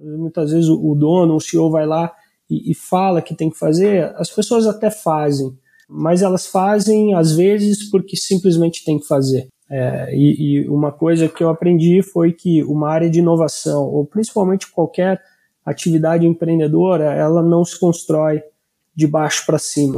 muitas vezes o dono, o CEO vai lá e fala que tem que fazer, as pessoas até fazem, mas elas fazem às vezes porque simplesmente tem que fazer. E uma coisa que eu aprendi foi que uma área de inovação, ou principalmente qualquer atividade empreendedora, ela não se constrói de baixo para cima.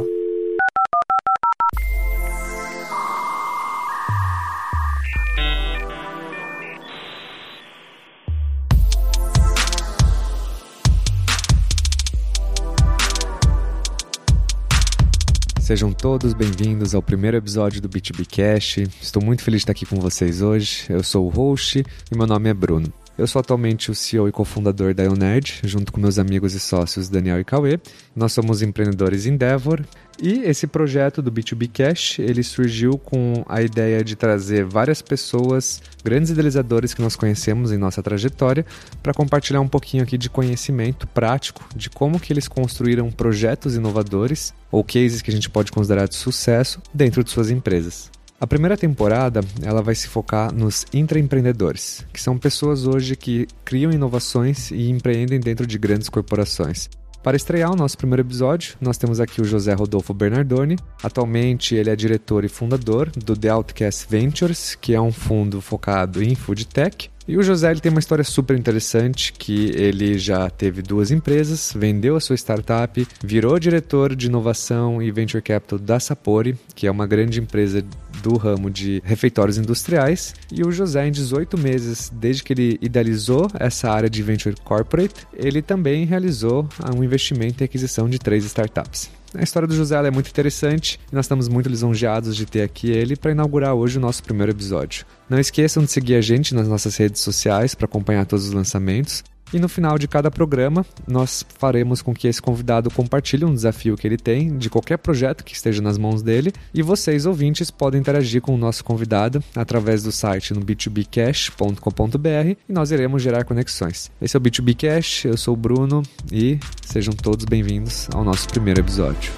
Sejam todos bem-vindos ao primeiro episódio do B2B Cash. Estou muito feliz de estar aqui com vocês hoje. Eu sou o host e meu nome é Bruno. Eu sou atualmente o CEO e cofundador da IonNerd, junto com meus amigos e sócios Daniel e Cauê. Nós somos empreendedores Endeavor e esse projeto do B2B Cash, ele surgiu com a ideia de trazer várias pessoas, grandes idealizadores que nós conhecemos em nossa trajetória, para compartilhar um pouquinho aqui de conhecimento prático de como que eles construíram projetos inovadores ou cases que a gente pode considerar de sucesso dentro de suas empresas. A primeira temporada, ela vai se focar nos intraempreendedores, que são pessoas hoje que criam inovações e empreendem dentro de grandes corporações. Para estrear o nosso primeiro episódio, nós temos aqui o José Rodolfo Bernardoni. Atualmente, ele é diretor e fundador do The Outcast Ventures, que é um fundo focado em food tech. E o José ele tem uma história super interessante, que ele já teve 2 empresas, vendeu a sua startup, virou diretor de inovação e venture capital da Sapori, que é uma grande empresa do ramo de refeitórios industriais. E o José, em 18 meses, desde que ele idealizou essa área de venture corporate, ele também realizou um investimento e aquisição de 3 startups. A história do José é muito interessante e nós estamos muito lisonjeados de ter aqui ele para inaugurar hoje o nosso primeiro episódio. Não esqueçam de seguir a gente nas nossas redes sociais para acompanhar todos os lançamentos. E no final de cada programa, nós faremos com que esse convidado compartilhe um desafio que ele tem de qualquer projeto que esteja nas mãos dele. E vocês, ouvintes, podem interagir com o nosso convidado através do site no b2bcash.com.br e nós iremos gerar conexões. Esse é o B2B Cash, eu sou o Bruno e sejam todos bem-vindos ao nosso primeiro episódio.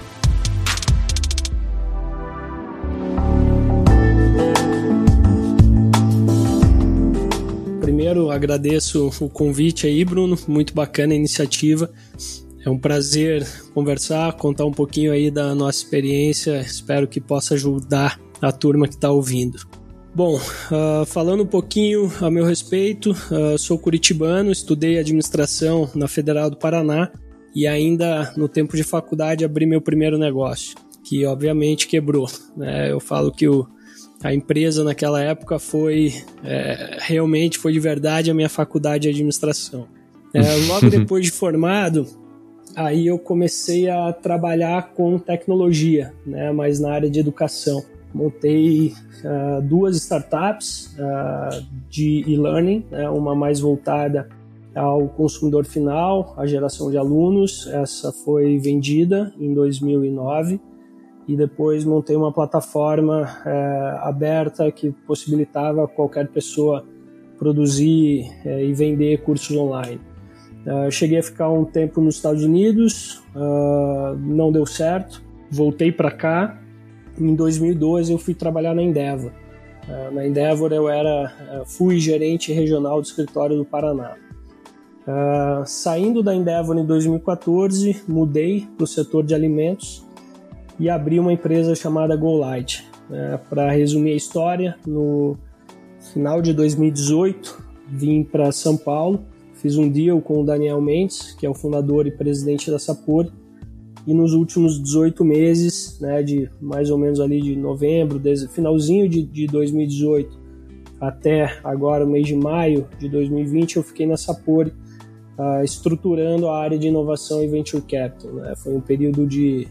Primeiro, agradeço o convite aí, Bruno, muito bacana a iniciativa. É um prazer conversar, contar um pouquinho aí da nossa experiência, espero que possa ajudar a turma que está ouvindo. Bom, falando um pouquinho a meu respeito, sou curitibano, estudei administração na Federal do Paraná e ainda no tempo de faculdade abri meu primeiro negócio, que obviamente quebrou, né? Eu falo que a empresa naquela época realmente foi de verdade a minha faculdade de administração. Logo depois de formado, aí eu comecei a trabalhar com tecnologia, né, mas na área de educação. Montei 2 startups de e-learning, né, uma mais voltada ao consumidor final, à geração de alunos. Essa foi vendida em 2009. E depois montei uma plataforma aberta que possibilitava qualquer pessoa produzir e vender cursos online. Cheguei a ficar um tempo nos Estados Unidos, não deu certo, voltei para cá. Em 2012 eu fui trabalhar na Endeavor. Na Endeavor eu fui gerente regional do escritório do Paraná. Saindo da Endeavor em 2014, mudei para o setor de alimentos e abri uma empresa chamada GoLight. Para resumir a história, no final de 2018, vim para São Paulo, fiz um deal com o Daniel Mendes, que é o fundador e presidente da Sapori, e nos últimos 18 meses, né, de mais ou menos ali de novembro, finalzinho de 2018 até agora, o mês de maio de 2020, eu fiquei na Sapori, estruturando a área de inovação e venture capital, né? Foi um período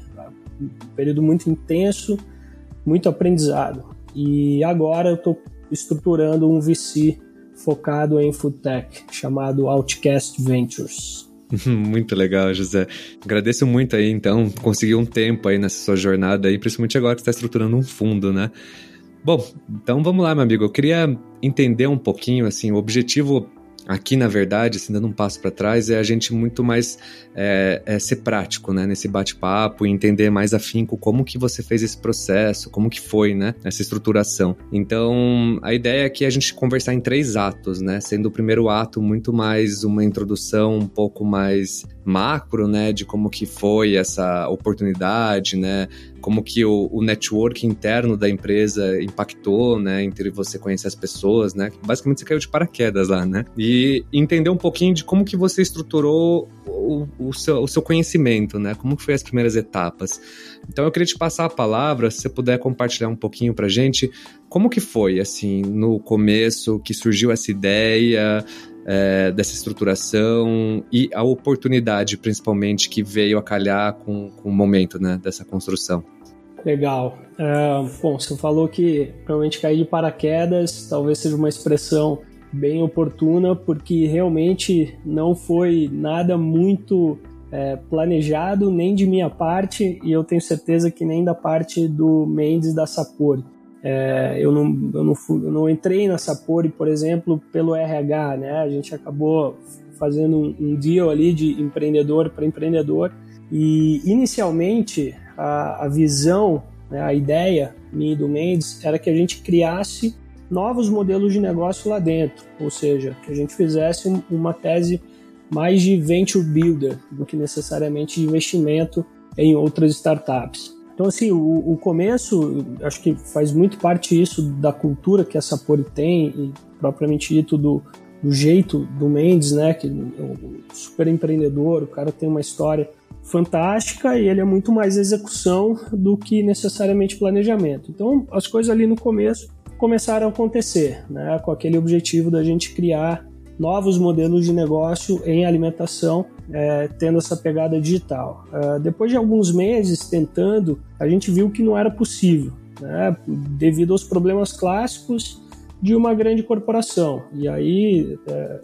muito intenso, muito aprendizado. E agora eu estou estruturando um VC focado em food tech, chamado Outcast Ventures. Muito legal, José. Agradeço muito aí, então, conseguir um tempo aí nessa sua jornada aí, principalmente agora que você está estruturando um fundo, né? Bom, então vamos lá, meu amigo. Eu queria entender um pouquinho, assim, o objetivo aqui, na verdade, assim, dando um passo para trás, é a gente muito mais ser prático, né, nesse bate-papo e entender mais afinco como que você fez esse processo, como que foi, né, essa estruturação. Então, a ideia é que a gente conversar em 3 atos, né, sendo o primeiro ato muito mais uma introdução um pouco mais macro, né, de como que foi essa oportunidade, né, como que o network interno da empresa impactou, né, entre você conhecer as pessoas, né, basicamente você caiu de paraquedas lá, né, e entender um pouquinho de como que você estruturou o seu conhecimento, né, como que foi as primeiras etapas. Então eu queria te passar a palavra, se você puder compartilhar um pouquinho pra gente, como que foi, assim, no começo que surgiu essa ideia, dessa estruturação e a oportunidade, principalmente, que veio a calhar com o momento, né, dessa construção. Legal. Bom, você falou que realmente cair de paraquedas talvez seja uma expressão bem oportuna, porque realmente não foi nada muito planejado, nem de minha parte, e eu tenho certeza que nem da parte do Mendes da Sapori. Eu não entrei na Sapori, por exemplo, pelo RH, né? A gente acabou fazendo um deal ali de empreendedor para empreendedor, e inicialmente a visão, né, a ideia minha e do Mendes era que a gente criasse novos modelos de negócio lá dentro, ou seja, que a gente fizesse uma tese mais de venture builder do que necessariamente de investimento em outras startups. Então, assim, o começo, acho que faz muito parte isso da cultura que a Sapori tem e, propriamente dito, do jeito do Mendes, né, que é um super empreendedor, o cara tem uma história fantástica e ele é muito mais execução do que necessariamente planejamento. Então, as coisas ali no começo começaram a acontecer, né, com aquele objetivo da gente criar novos modelos de negócio em alimentação, tendo essa pegada digital. Depois de alguns meses tentando, a gente viu que não era possível, né, devido aos problemas clássicos de uma grande corporação. E aí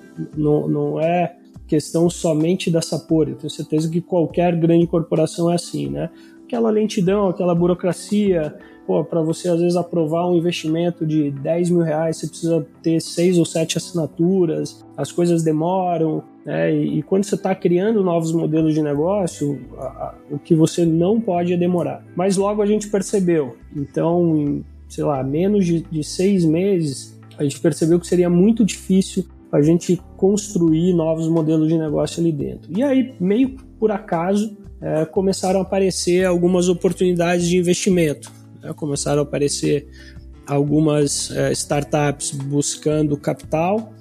não é questão somente da Sapori, eu tenho certeza que qualquer grande corporação é assim, né? Aquela lentidão, aquela burocracia, para você às vezes aprovar um investimento de 10 mil reais, você precisa ter 6 ou 7 assinaturas, as coisas demoram, né? E quando você está criando novos modelos de negócio, o que você não pode é demorar. Mas logo a gente percebeu, então, em, sei lá, menos de 6 meses, a gente percebeu que seria muito difícil a gente construir novos modelos de negócio ali dentro. E aí, meio por acaso, começaram a aparecer algumas oportunidades de investimento. Começaram a aparecer algumas startups buscando capital.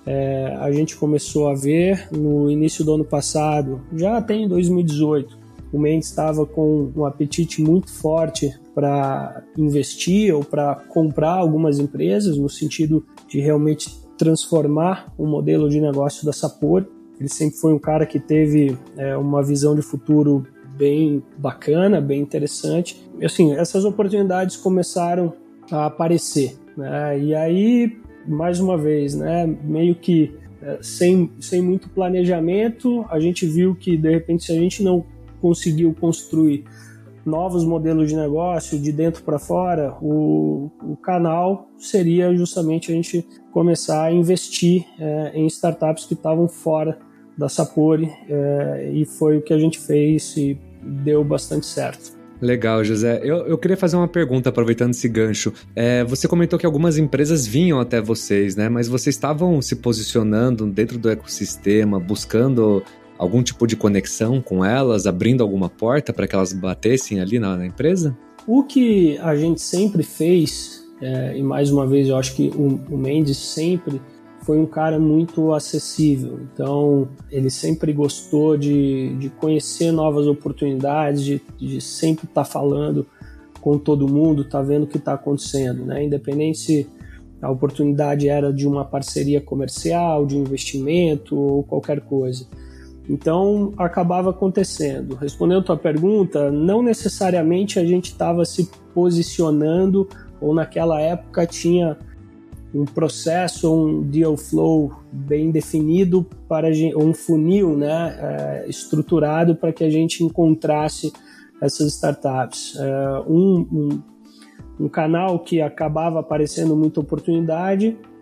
A gente começou a ver no início do ano passado, já até em 2018, o Mendes estava com um apetite muito forte para investir ou para comprar algumas empresas, no sentido de realmente transformar o modelo de negócio da Sapori. Ele sempre foi um cara que teve uma visão de futuro bem bacana, bem interessante. E, assim, essas oportunidades começaram a aparecer, né? E aí, mais uma vez, né, meio que sem muito planejamento, a gente viu que, de repente, se a gente não conseguiu construir novos modelos de negócio de dentro para fora, o canal seria justamente a gente começar a investir em startups que estavam fora da Sapori, e foi o que a gente fez e deu bastante certo. Legal, José. Eu queria fazer uma pergunta, aproveitando esse gancho. Você comentou que algumas empresas vinham até vocês, né? Mas vocês estavam se posicionando dentro do ecossistema, buscando algum tipo de conexão com elas, abrindo alguma porta para que elas batessem ali na empresa? O que a gente sempre fez, e mais uma vez eu acho que o Mendes sempre foi um cara muito acessível, então ele sempre gostou de conhecer novas oportunidades, de sempre estar falando com todo mundo, estar vendo o que está acontecendo, né? Independente se a oportunidade era de uma parceria comercial, de investimento ou qualquer coisa. Então, acabava acontecendo. Respondendo a tua pergunta, não necessariamente a gente estava se posicionando ou naquela época tinha um processo, um deal flow bem definido, um funil, né, estruturado para que a gente encontrasse essas startups. Um canal que acabava aparecendo muita oportunidade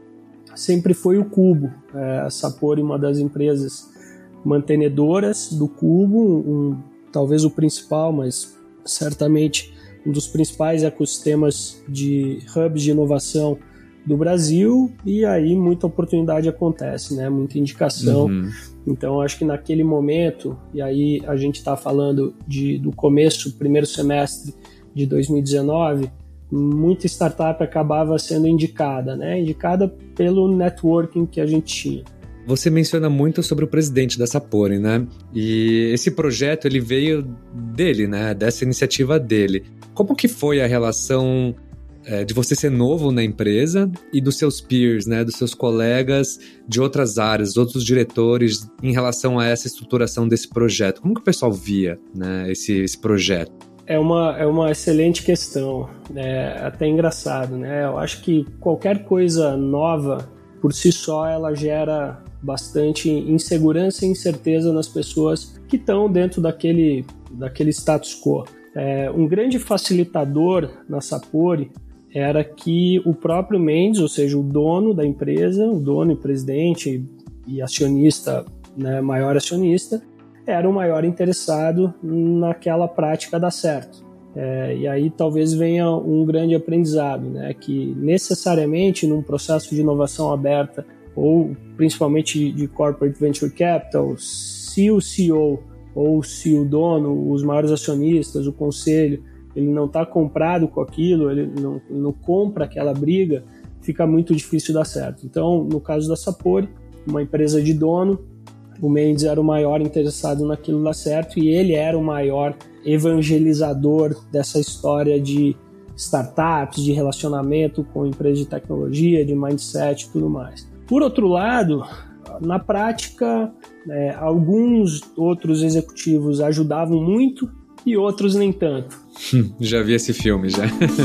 sempre foi o Cubo. A Sapori, uma das empresas mantenedoras do Cubo, talvez o principal, mas certamente um dos principais ecossistemas de hubs de inovação do Brasil, e aí muita oportunidade acontece, né? Muita indicação. Então, acho que naquele momento, e aí a gente está falando do começo, primeiro semestre de 2019, muita startup acabava sendo indicada, né? Indicada pelo networking que a gente tinha. Você menciona muito sobre o presidente da Sapori, né? E esse projeto, ele veio dele, né? Dessa iniciativa dele. Como que foi a relação de você ser novo na empresa e dos seus peers, né? Dos seus colegas de outras áreas, outros diretores, em relação a essa estruturação desse projeto? Como que o pessoal via, né, esse projeto? É uma excelente questão. É até engraçado, né? Eu acho que qualquer coisa nova, por si só, ela gera bastante insegurança e incerteza nas pessoas que estão dentro daquele status quo. Um grande facilitador na Sapori era que o próprio Mendes, ou seja, o dono da empresa, o dono e presidente e acionista, né, maior acionista, era o maior interessado naquela prática dar certo. E aí talvez venha um grande aprendizado, né, que necessariamente num processo de inovação aberta, ou principalmente de corporate venture capital, se o CEO ou se o dono, os maiores acionistas, o conselho, ele não está comprado com aquilo, ele não compra aquela briga, fica muito difícil dar certo. Então, no caso da Sapori, uma empresa de dono, o Mendes era o maior interessado naquilo dar certo e ele era o maior evangelizador dessa história de startups, de relacionamento com empresas de tecnologia, de mindset e tudo mais. Por outro lado, na prática, alguns outros executivos ajudavam muito e outros nem tanto. Já vi esse filme, já.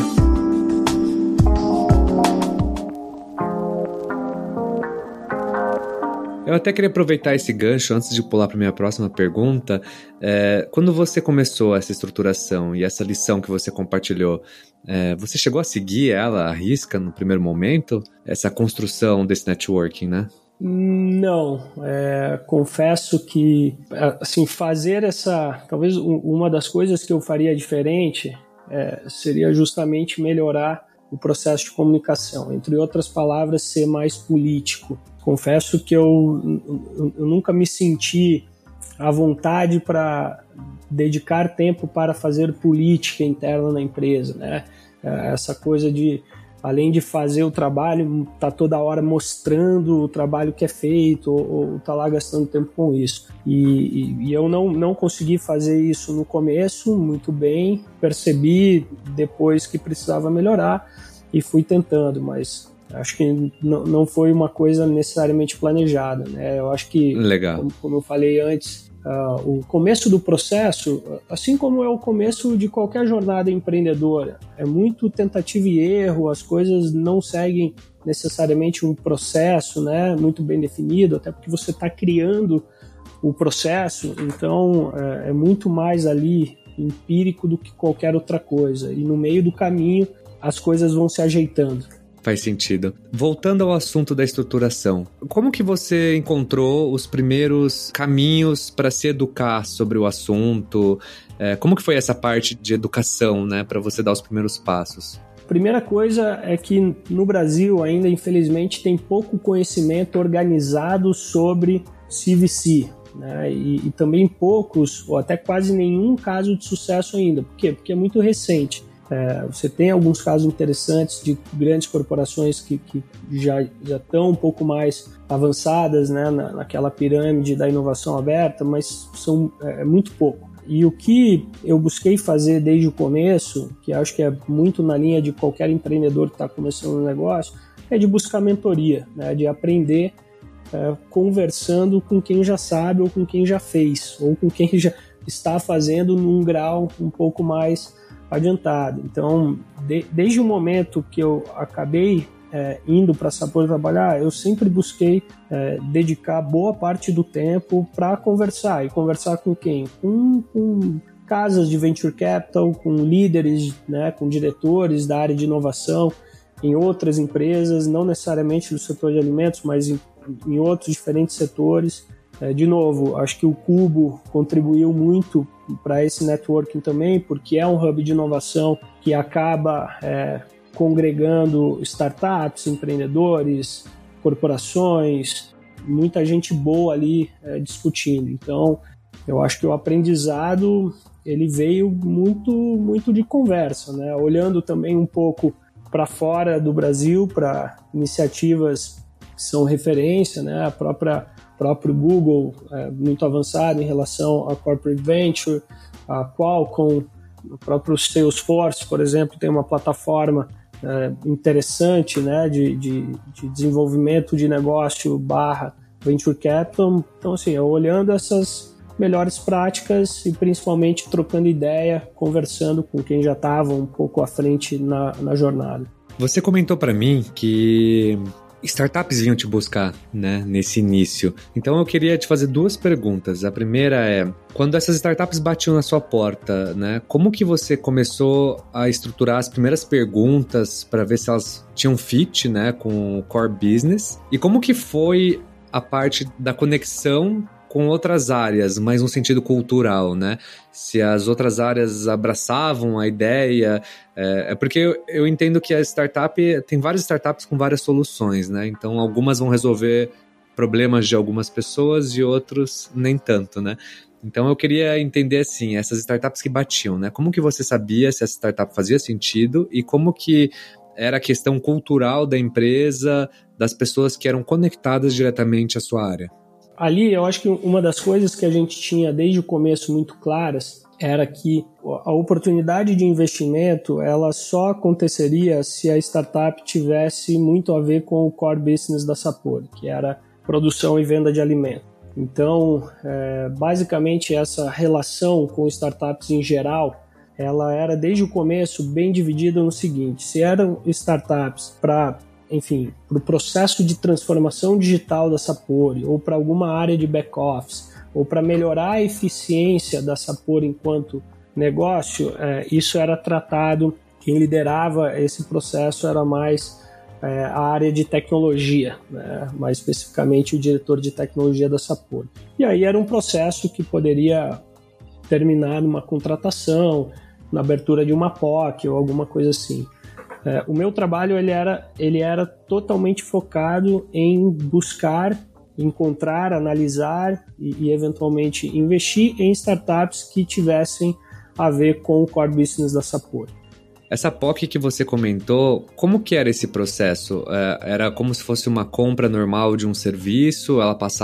Eu até queria aproveitar esse gancho antes de pular para minha próxima pergunta. Quando você começou essa estruturação e essa lição que você compartilhou, você chegou a seguir ela à risca no primeiro momento? Essa construção desse networking, né? Não, confesso que assim, fazer talvez uma das coisas que eu faria diferente seria justamente melhorar o processo de comunicação, entre outras palavras, ser mais político. Confesso que eu nunca me senti à vontade para dedicar tempo para fazer política interna na empresa, né? Essa coisa de, além de fazer o trabalho, tá toda hora mostrando o trabalho que é feito ou tá lá gastando tempo com isso. E eu não consegui fazer isso no começo muito bem, percebi depois que precisava melhorar e fui tentando, mas acho que não foi uma coisa necessariamente planejada, né? Eu acho que, como eu falei antes, o começo do processo, assim como é o começo de qualquer jornada empreendedora, é muito tentativa e erro, as coisas não seguem necessariamente um processo, né, muito bem definido, até porque você está criando o processo, então é muito mais ali empírico do que qualquer outra coisa, e no meio do caminho as coisas vão se ajeitando. Faz sentido. Voltando ao assunto da estruturação, como que você encontrou os primeiros caminhos para se educar sobre o assunto? Como que foi essa parte de educação, né, para você dar os primeiros passos? Primeira coisa é que no Brasil ainda, infelizmente, tem pouco conhecimento organizado sobre CVC, né? E também poucos, ou até quase nenhum caso de sucesso ainda. Por quê? Porque é muito recente. Você tem alguns casos interessantes de grandes corporações que já estão um pouco mais avançadas, né, naquela pirâmide da inovação aberta, mas são muito pouco. E o que eu busquei fazer desde o começo, que acho que é muito na linha de qualquer empreendedor que está começando um negócio, é de buscar mentoria, né, de aprender conversando com quem já sabe ou com quem já fez, ou com quem já está fazendo num grau um pouco mais adiantado. Então, desde o momento que eu acabei indo para a Sapori trabalhar, eu sempre busquei dedicar boa parte do tempo para conversar. E conversar com quem? Com casas de venture capital, com líderes, né, com diretores da área de inovação em outras empresas, não necessariamente do setor de alimentos, mas em outros diferentes setores. De novo, acho que o Cubo contribuiu muito para esse networking também, porque é um hub de inovação que acaba congregando startups, empreendedores, corporações, muita gente boa ali discutindo. Então, eu acho que o aprendizado ele veio muito de conversa, né? Olhando também um pouco para fora do Brasil, para iniciativas que são referência, né? Próprio Google muito avançado em relação a corporate venture, a Qualcomm, o próprio Salesforce, por exemplo, tem uma plataforma interessante, né, de desenvolvimento de negócio / venture capital. Então, assim, olhando essas melhores práticas e principalmente trocando ideia, conversando com quem já estava um pouco à frente na jornada. Você comentou para mim que startups vinham te buscar, né, nesse início. Então eu queria te fazer 2 perguntas. A primeira é, quando essas startups batiam na sua porta, né, como que você começou a estruturar as primeiras perguntas para ver se elas tinham fit, né, com o core business? E como que foi a parte da conexão com outras áreas, mais no sentido cultural, né? Se as outras áreas abraçavam a ideia, porque eu entendo que a startup, tem várias startups com várias soluções, né? Então, algumas vão resolver problemas de algumas pessoas e outros nem tanto, né? Então, eu queria entender, assim, essas startups que batiam, né? Como que você sabia se essa startup fazia sentido e como que era a questão cultural da empresa, das pessoas que eram conectadas diretamente à sua área? Ali, eu acho que uma das coisas que a gente tinha desde o começo muito claras era que a oportunidade de investimento ela só aconteceria se a startup tivesse muito a ver com o core business da Sapori, que era produção e venda de alimento. Então, basicamente, essa relação com startups em geral, ela era desde o começo bem dividida no seguinte: se eram startups para o processo de transformação digital da Sapori, ou para alguma área de back-office, ou para melhorar a eficiência da Sapori enquanto negócio, isso era tratado, quem liderava esse processo era mais a área de tecnologia, né? Mais especificamente o diretor de tecnologia da Sapori. E aí era um processo que poderia terminar numa contratação, na abertura de uma POC ou alguma coisa assim. O meu trabalho ele era totalmente focado em buscar, encontrar, analisar e eventualmente investir em startups que tivessem a ver com o core business da Sapori. Essa POC que você comentou, como que era esse processo? Era como se fosse uma compra normal de um serviço?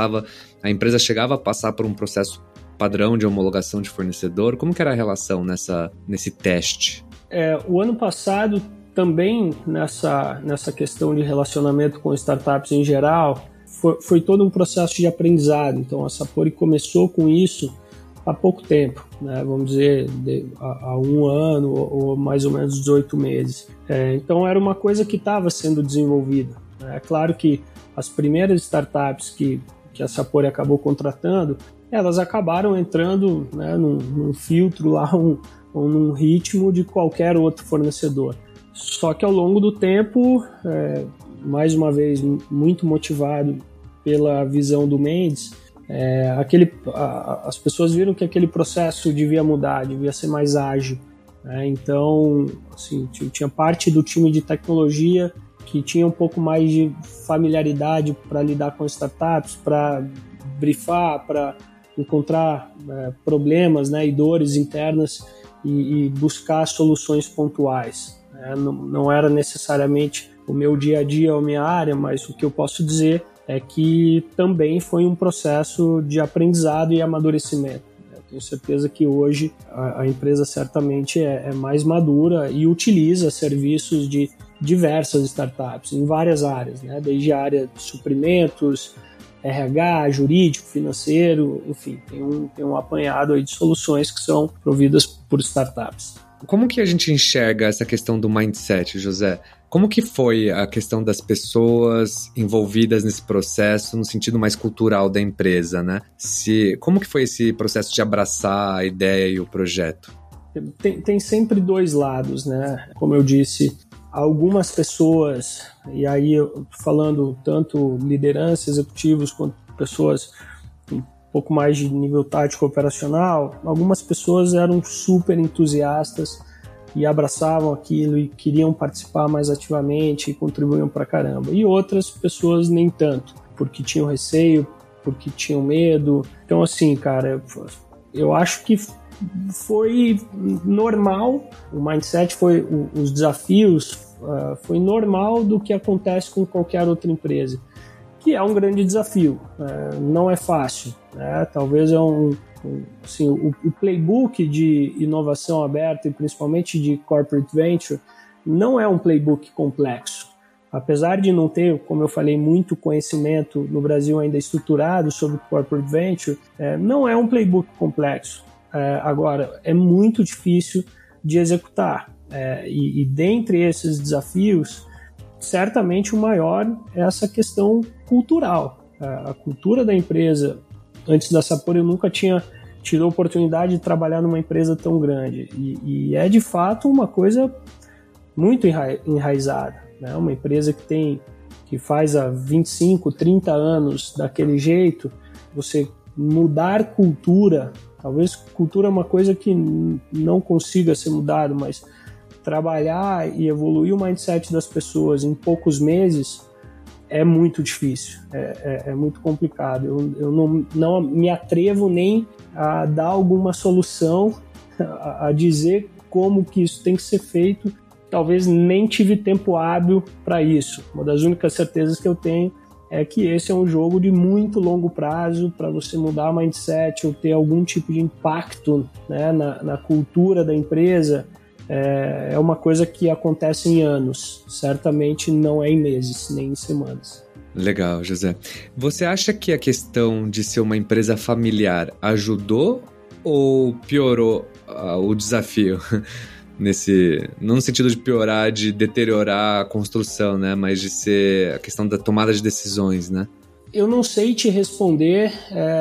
A empresa chegava a passar por um processo padrão de homologação de fornecedor? Como que era a relação nesse teste? O ano passado, também nessa questão de relacionamento com startups em geral, foi todo um processo de aprendizado. Então a Sapori começou com isso há pouco tempo, né? Vamos dizer, há 1 ano ou mais ou menos 18 meses. Então era uma coisa que estava sendo desenvolvida. É claro que as primeiras startups que a Sapori acabou contratando, elas acabaram entrando, né, num filtro lá, ou num ritmo de qualquer outro fornecedor. Só que ao longo do tempo, mais uma vez, muito motivado pela visão do Mendes, as pessoas viram que aquele processo devia mudar, devia ser mais ágil. Então, assim, tinha parte do time de tecnologia que tinha um pouco mais de familiaridade para lidar com startups, para brifar, para encontrar problemas, né, e dores internas e buscar soluções pontuais. Não era necessariamente o meu dia a dia ou a minha área, mas o que eu posso dizer é que também foi um processo de aprendizado e amadurecimento. Eu tenho certeza que hoje a empresa certamente é mais madura e utiliza serviços de diversas startups em várias áreas, né? Desde a área de suprimentos, RH, jurídico, financeiro, enfim, tem um apanhado aí de soluções que são providas por startups. Como que a gente enxerga essa questão do mindset, José? Como que foi a questão das pessoas envolvidas nesse processo no sentido mais cultural da empresa, né? Como que foi esse processo de abraçar a ideia e o projeto? Tem sempre 2 lados, né? Como eu disse, algumas pessoas, e aí eu falando tanto liderança, executivos, quanto pessoas um pouco mais de nível tático operacional, algumas pessoas eram super entusiastas e abraçavam aquilo e queriam participar mais ativamente e contribuíam pra caramba. E outras pessoas nem tanto, porque tinham receio, porque tinham medo. Então, assim, cara, eu acho que foi normal, o mindset foi, os desafios foi normal do que acontece com qualquer outra empresa, que é um grande desafio, não é fácil, né? Talvez assim, o playbook de inovação aberta e principalmente de corporate venture não é um playbook complexo. Apesar de não ter, como eu falei, muito conhecimento no Brasil ainda estruturado sobre corporate venture, não é um playbook complexo. Agora, é muito difícil de executar. E dentre esses desafios, certamente o maior é essa questão cultural. A cultura da empresa, antes da Sapori eu nunca tinha tido a oportunidade de trabalhar numa empresa tão grande. E é de fato uma coisa muito enraizada, né? Uma empresa que faz há 25, 30 anos daquele jeito, você mudar cultura, talvez cultura é uma coisa que não consiga ser mudada, mas trabalhar e evoluir o mindset das pessoas em poucos meses é muito difícil, é muito complicado. Eu não me atrevo nem a dar alguma solução, a dizer como que isso tem que ser feito. Talvez nem tive tempo hábil para isso. Uma das únicas certezas que eu tenho é que esse é um jogo de muito longo prazo para você mudar o mindset ou ter algum tipo de impacto, né, na cultura da empresa. É uma coisa que acontece em anos, certamente não é em meses, nem em semanas. Legal, José. Você acha que a questão de ser uma empresa familiar ajudou ou piorou o desafio? Não no sentido de piorar, de deteriorar a construção, né? Mas de ser a questão da tomada de decisões, né? Eu não sei te responder.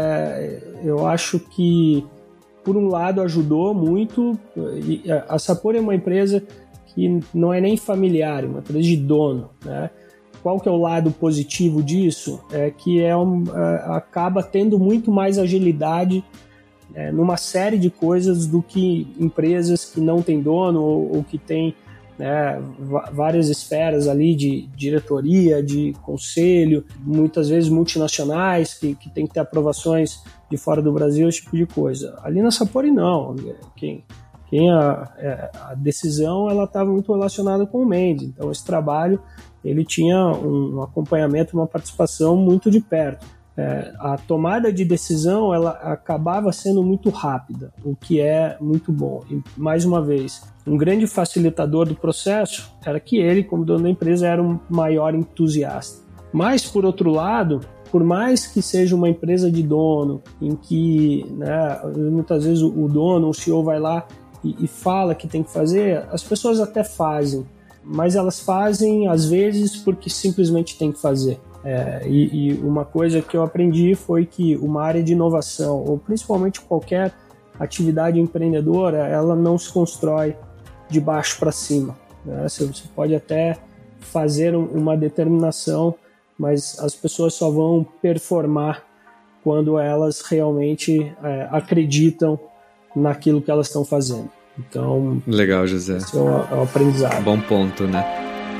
Eu acho que, por um lado, ajudou muito. A Sapori é uma empresa que não é nem familiar, é uma empresa de dono, né? Qual que é o lado positivo disso? É que acaba tendo muito mais agilidade numa série de coisas do que empresas que não têm dono ou que têm, né, várias esferas ali de diretoria, de conselho, muitas vezes multinacionais que tem que ter aprovações de fora do Brasil, esse tipo de coisa. Ali na Sapori não. A decisão ela estava muito relacionada com o Mendes. Então esse trabalho ele tinha um acompanhamento, uma participação muito de perto. A tomada de decisão ela acabava sendo muito rápida, o que é muito bom. E, mais uma vez, um grande facilitador do processo era que ele, como dono da empresa, era um maior entusiasta. Mas, por outro lado, por mais que seja uma empresa de dono, em que, né, muitas vezes o dono, o CEO vai lá e fala que tem que fazer, as pessoas até fazem, mas elas fazem, às vezes, porque simplesmente tem que fazer. E uma coisa que eu aprendi foi que uma área de inovação, ou principalmente qualquer atividade empreendedora, ela não se constrói de baixo para cima, né? Você pode até fazer uma determinação, mas as pessoas só vão performar quando elas realmente acreditam naquilo que elas estão fazendo. Então, legal, José. Esse é o aprendizado. Bom ponto, né?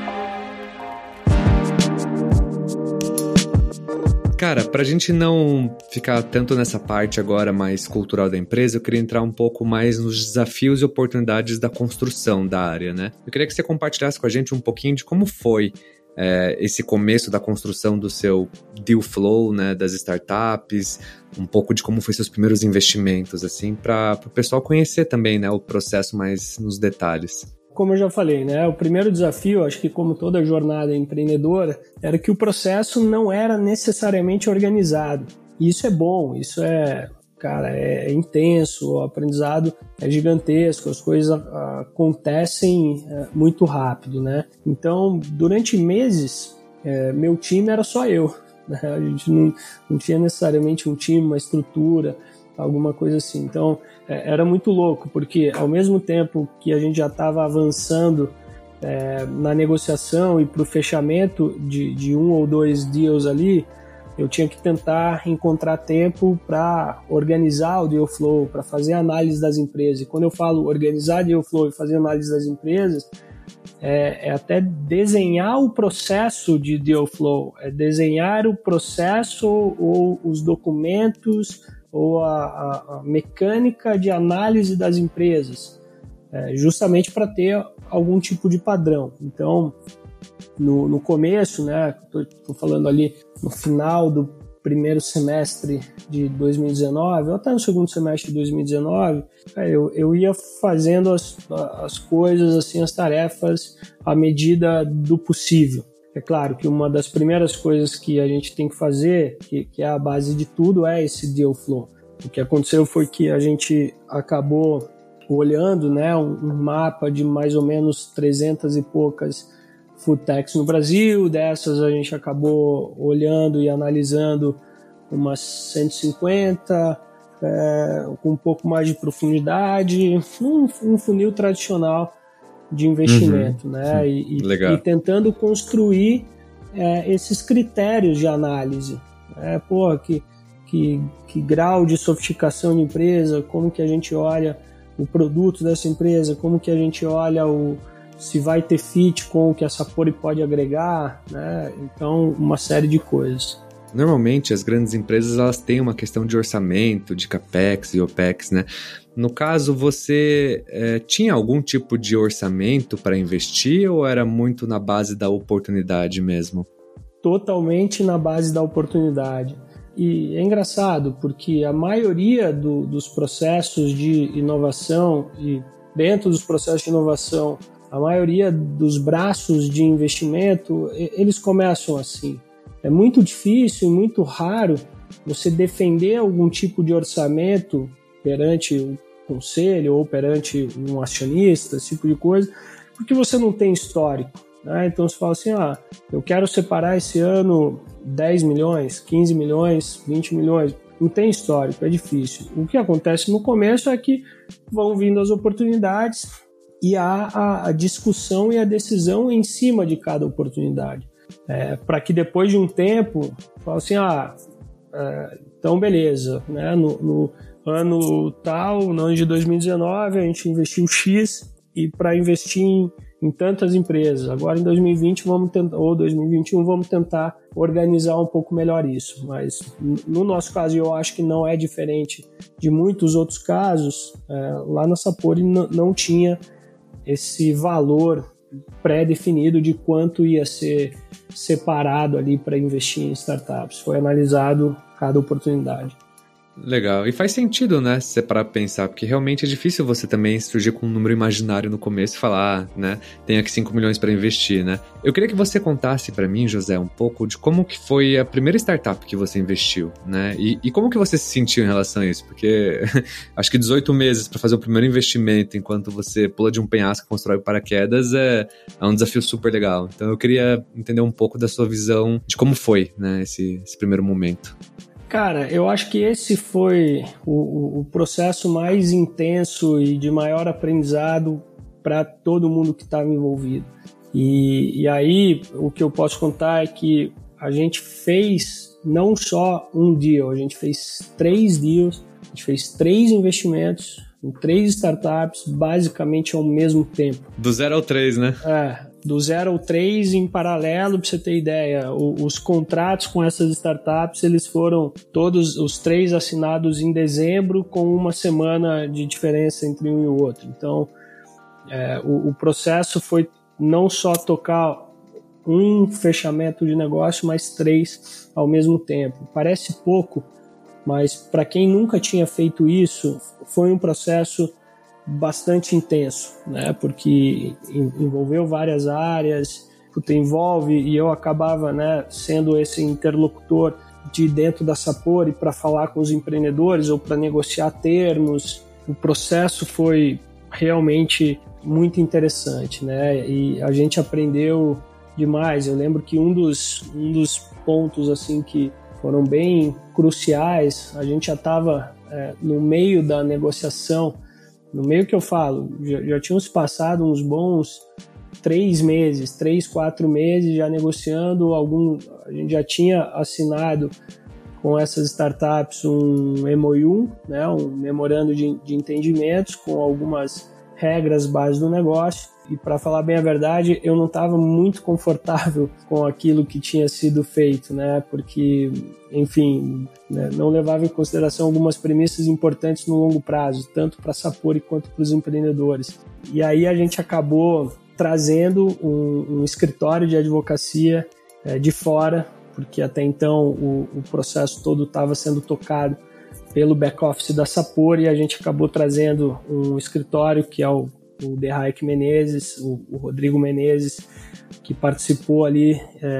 Cara, pra gente não ficar tanto nessa parte agora mais cultural da empresa, eu queria entrar um pouco mais nos desafios e oportunidades da construção da área, né? Eu queria que você compartilhasse com a gente um pouquinho de como foi esse começo da construção do seu deal flow, né, das startups, um pouco de como foi seus primeiros investimentos, assim, para o pessoal conhecer também, né, o processo mais nos detalhes. Como eu já falei, né, o primeiro desafio, acho que como toda jornada empreendedora, era que o processo não era necessariamente organizado. E isso é bom, isso é intenso, o aprendizado é gigantesco, as coisas acontecem muito rápido, né? Então, durante meses, meu time era só eu, né? A gente não tinha necessariamente um time, uma estrutura, alguma coisa assim. Então, era muito louco, porque ao mesmo tempo que a gente já estava avançando na negociação e para o fechamento de 1 ou 2 deals ali, eu tinha que tentar encontrar tempo para organizar o deal flow, para fazer análise das empresas. E quando eu falo organizar deal flow e fazer análise das empresas, é até desenhar o processo de deal flow, é desenhar o processo ou os documentos ou a mecânica de análise das empresas, justamente para ter algum tipo de padrão. Então, no começo, né, estou falando ali no final do primeiro semestre de 2019, ou até no segundo semestre de 2019, eu ia fazendo as coisas, assim, as tarefas à medida do possível. É claro que uma das primeiras coisas que a gente tem que fazer, que é a base de tudo, é esse deal flow. O que aconteceu foi que a gente acabou olhando, né, um mapa de mais ou menos 300 e poucas food techs no Brasil. Dessas a gente acabou olhando e analisando umas 150, com um pouco mais de profundidade, um funil tradicional de investimento, né? E tentando construir esses critérios de análise. Que grau de sofisticação de empresa, como que a gente olha o produto dessa empresa, como que a gente olha se vai ter fit com o que a Sapori pode agregar, né? Então, uma série de coisas. Normalmente, as grandes empresas elas têm uma questão de orçamento, de CAPEX e OPEX, né? No caso, você tinha algum tipo de orçamento para investir ou era muito na base da oportunidade mesmo? Totalmente na base da oportunidade. E é engraçado, porque a maioria dos processos de inovação e dentro dos processos de inovação, a maioria dos braços de investimento, eles começam assim. É muito difícil e muito raro você defender algum tipo de orçamento perante o conselho ou perante um acionista, esse tipo de coisa, porque você não tem histórico. Né? Então você fala assim, eu quero separar esse ano 10 milhões, 15 milhões, 20 milhões. Não tem histórico, é difícil. O que acontece no começo é que vão vindo as oportunidades e há a discussão e a decisão em cima de cada oportunidade. Para que depois de um tempo, fala assim, então beleza, né? No ano tal, no ano de 2019, a gente investiu X e para investir em tantas empresas. Agora em 2020 ou 2021 vamos tentar organizar um pouco melhor isso. Mas no nosso caso, eu acho que não é diferente de muitos outros casos, lá na Sapori não tinha esse valor pré-definido de quanto ia ser separado ali para investir em startups. Foi analisado cada oportunidade. Legal. E faz sentido, né, se você parar pra pensar, porque realmente é difícil você também surgir com um número imaginário no começo e falar, né, tem aqui 5 milhões para investir, né? Eu queria que você contasse para mim, José, um pouco de como que foi a primeira startup que você investiu, né? E como que você se sentiu em relação a isso? Porque acho que 18 meses para fazer o primeiro investimento enquanto você pula de um penhasco e constrói paraquedas é um desafio super legal. Então eu queria entender um pouco da sua visão de como foi, né, esse primeiro momento. Cara, eu acho que esse foi o processo mais intenso e de maior aprendizado para todo mundo que estava envolvido. E aí, o que eu posso contar é que a gente fez não só um deal, a gente fez 3 deals, a gente fez 3 investimentos em 3 startups, basicamente ao mesmo tempo. Do 0 ao 3, né? Do 0 ao 3 em paralelo, para você ter ideia. Os contratos com essas startups, eles foram todos os 3 assinados em dezembro, com uma semana de diferença entre um e o outro. Então, o processo foi não só tocar um fechamento de negócio, mas 3 ao mesmo tempo. Parece pouco, mas para quem nunca tinha feito isso, foi um processo bastante intenso, né? Porque envolveu várias áreas, envolve, e eu acabava, né, sendo esse interlocutor de dentro da Sapori para falar com os empreendedores ou para negociar termos. O processo foi realmente muito interessante, né? E a gente aprendeu demais. Eu lembro que um dos pontos assim que foram bem cruciais, a gente já estava no meio da negociação. No meio que eu falo, já tínhamos passado uns bons 3 meses, 3, 4 meses já negociando a gente já tinha assinado com essas startups um MOU, né, um memorando de entendimentos com algumas regras básicas do negócio. E para falar bem a verdade, eu não estava muito confortável com aquilo que tinha sido feito, né, porque, enfim, né, não levava em consideração algumas premissas importantes no longo prazo, tanto para a Sapori quanto para os empreendedores. E aí a gente acabou trazendo um escritório de advocacia de fora, porque até então o processo todo estava sendo tocado pelo back-office da Sapori, e a gente acabou trazendo um escritório que é o Derraik Menezes, o Rodrigo Menezes, que participou ali,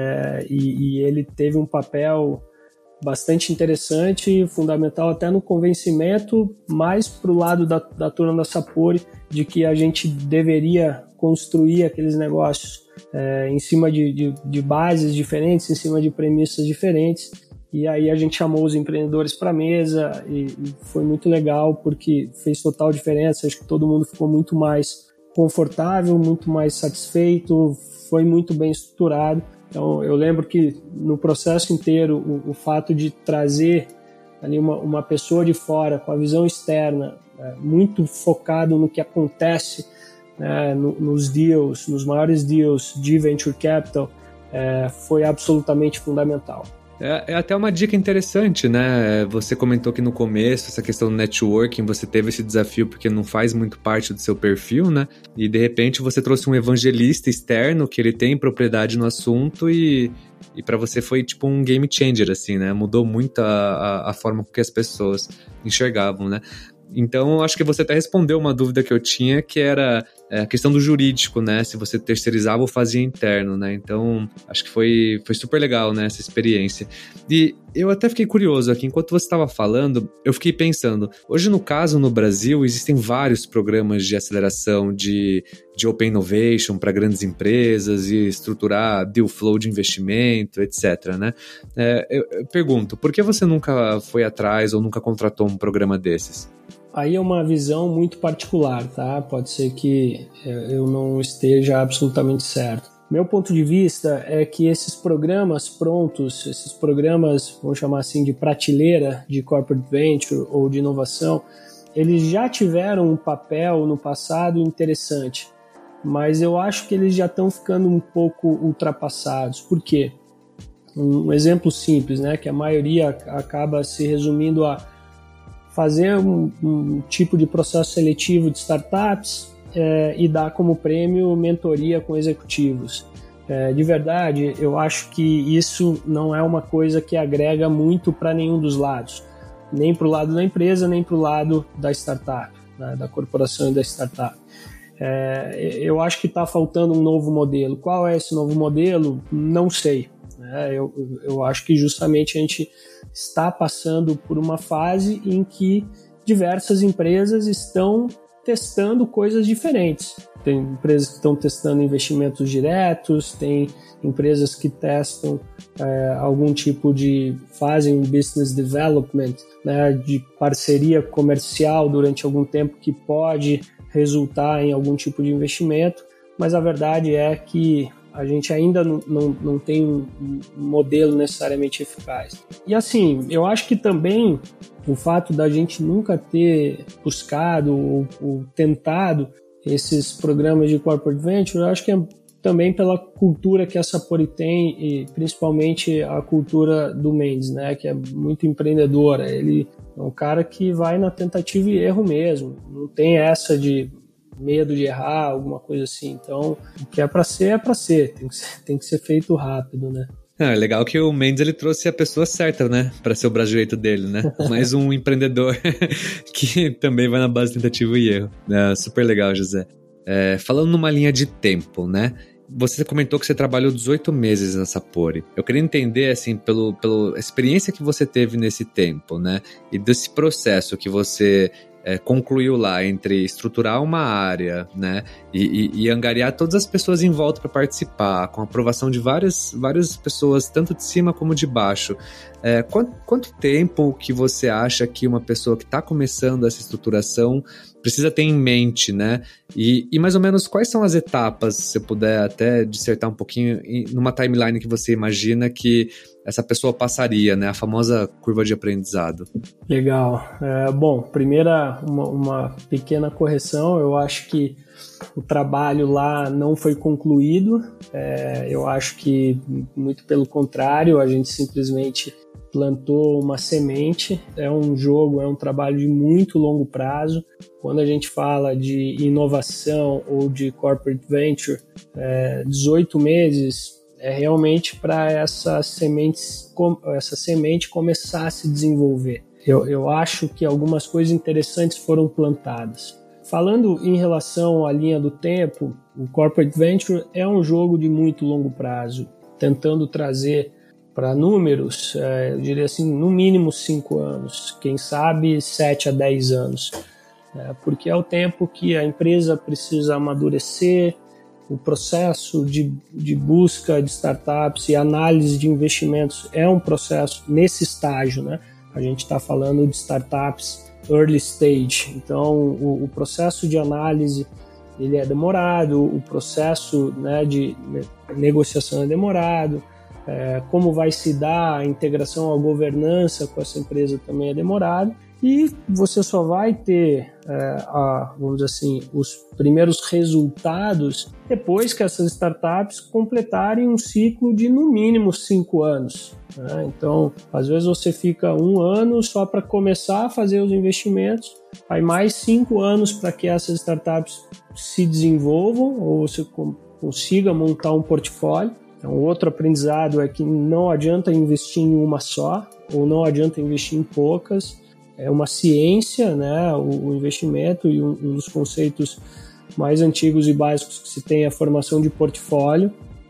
e ele teve um papel bastante interessante, fundamental até no convencimento, mais para o lado da turma da Sapori, de que a gente deveria construir aqueles negócios em cima de bases diferentes, em cima de premissas diferentes. E aí a gente chamou os empreendedores para a mesa e foi muito legal, porque fez total diferença. Acho que todo mundo ficou muito mais confortável, muito mais satisfeito, foi muito bem estruturado. Então eu lembro que no processo inteiro o fato de trazer ali uma pessoa de fora com a visão externa, muito focado no que acontece nos deals, nos maiores deals de Venture Capital, foi absolutamente fundamental. É até uma dica interessante, né? Você comentou que no começo, essa questão do networking, você teve esse desafio porque não faz muito parte do seu perfil, né? E de repente você trouxe um evangelista externo que ele tem propriedade no assunto e para você foi tipo um game changer, assim, né? Mudou muito a forma com que as pessoas enxergavam, né? Então, acho que você até respondeu uma dúvida que eu tinha, que era a questão do jurídico, né? Se você terceirizava ou fazia interno, né? Então, acho que foi super legal, né? Essa experiência. E eu até fiquei curioso aqui, enquanto você estava falando, eu fiquei pensando, hoje no caso, no Brasil, existem vários programas de aceleração de Open Innovation para grandes empresas e estruturar deal flow de investimento, etc, né? Eu pergunto, por que você nunca foi atrás ou nunca contratou um programa desses? Aí é uma visão muito particular, tá? Pode ser que eu não esteja absolutamente certo. Meu ponto de vista é que esses programas prontos, esses programas, vamos chamar assim, de prateleira de corporate venture ou de inovação, eles já tiveram um papel no passado interessante, mas eu acho que eles já estão ficando um pouco ultrapassados. Por quê? Um exemplo simples, né? Que a maioria acaba se resumindo a fazer um tipo de processo seletivo de startups e dar como prêmio mentoria com executivos. De verdade, eu acho que isso não é uma coisa que agrega muito para nenhum dos lados, nem para o lado da empresa, nem para o lado da startup, né, da corporação e da startup. Eu acho que está faltando um novo modelo. Qual é esse novo modelo? Não sei. Eu acho que justamente a gente está passando por uma fase em que diversas empresas estão testando coisas diferentes. Tem empresas que estão testando investimentos diretos, tem empresas que testam algum tipo fazem um business development, né, de parceria comercial durante algum tempo que pode resultar em algum tipo de investimento, mas a verdade é que a gente ainda não tem um modelo necessariamente eficaz. E assim, eu acho que também o fato da gente nunca ter buscado ou tentado esses programas de corporate venture, eu acho que é também pela cultura que a Sapori tem e principalmente a cultura do Mendes, né, que é muito empreendedora. Ele é um cara que vai na tentativa e erro mesmo, não tem essa de medo de errar, alguma coisa assim. Então, o que é para ser, tem que ser feito rápido, né? É legal que o Mendes ele trouxe a pessoa certa, né, para ser o braço direito dele, né? Mais um empreendedor que também vai na base de tentativa e erro. Super legal, José. Falando numa linha de tempo, né? Você comentou que você trabalhou 18 meses na Sapori. Eu queria entender, assim, pela experiência que você teve nesse tempo, né? E desse processo que você concluiu lá entre estruturar uma área, né, e angariar todas as pessoas em volta para participar, com a aprovação de várias pessoas, tanto de cima como de baixo. Quanto tempo que você acha que uma pessoa que está começando essa estruturação precisa ter em mente, né? E mais ou menos quais são as etapas, se você puder até dissertar um pouquinho, numa timeline que você imagina que essa pessoa passaria, né? A famosa curva de aprendizado. Legal. Bom, primeira, uma pequena correção. Eu acho que o trabalho lá não foi concluído. Eu acho que, muito pelo contrário, a gente simplesmente plantou uma semente. É um trabalho de muito longo prazo. Quando a gente fala de inovação ou de corporate venture, 18 meses é realmente para essa semente começar a se desenvolver. Eu acho que algumas coisas interessantes foram plantadas. Falando em relação à linha do tempo, o corporate venture é um jogo de muito longo prazo, tentando trazer para números, eu diria assim, no mínimo 5 anos, quem sabe 7 a 10 anos, porque é o tempo que a empresa precisa amadurecer. O processo de busca de startups e análise de investimentos é um processo nesse estágio, né? A gente está falando de startups early stage, então o processo de análise ele é demorado, o processo, né, de negociação é demorado, como vai se dar a integração, a governança com essa empresa também é demorado, e você só vai ter, vamos dizer assim, os primeiros resultados depois que essas startups completarem um ciclo de no mínimo 5 anos. Né? Então, às vezes você fica 1 ano só para começar a fazer os investimentos, aí mais 5 anos para que essas startups se desenvolvam ou você consiga montar um portfólio. Então, outro aprendizado é que não adianta investir em uma só, ou não adianta investir em poucas. É uma ciência, né, o investimento, e um dos conceitos mais antigos e básicos que se tem é a formação de portfólio.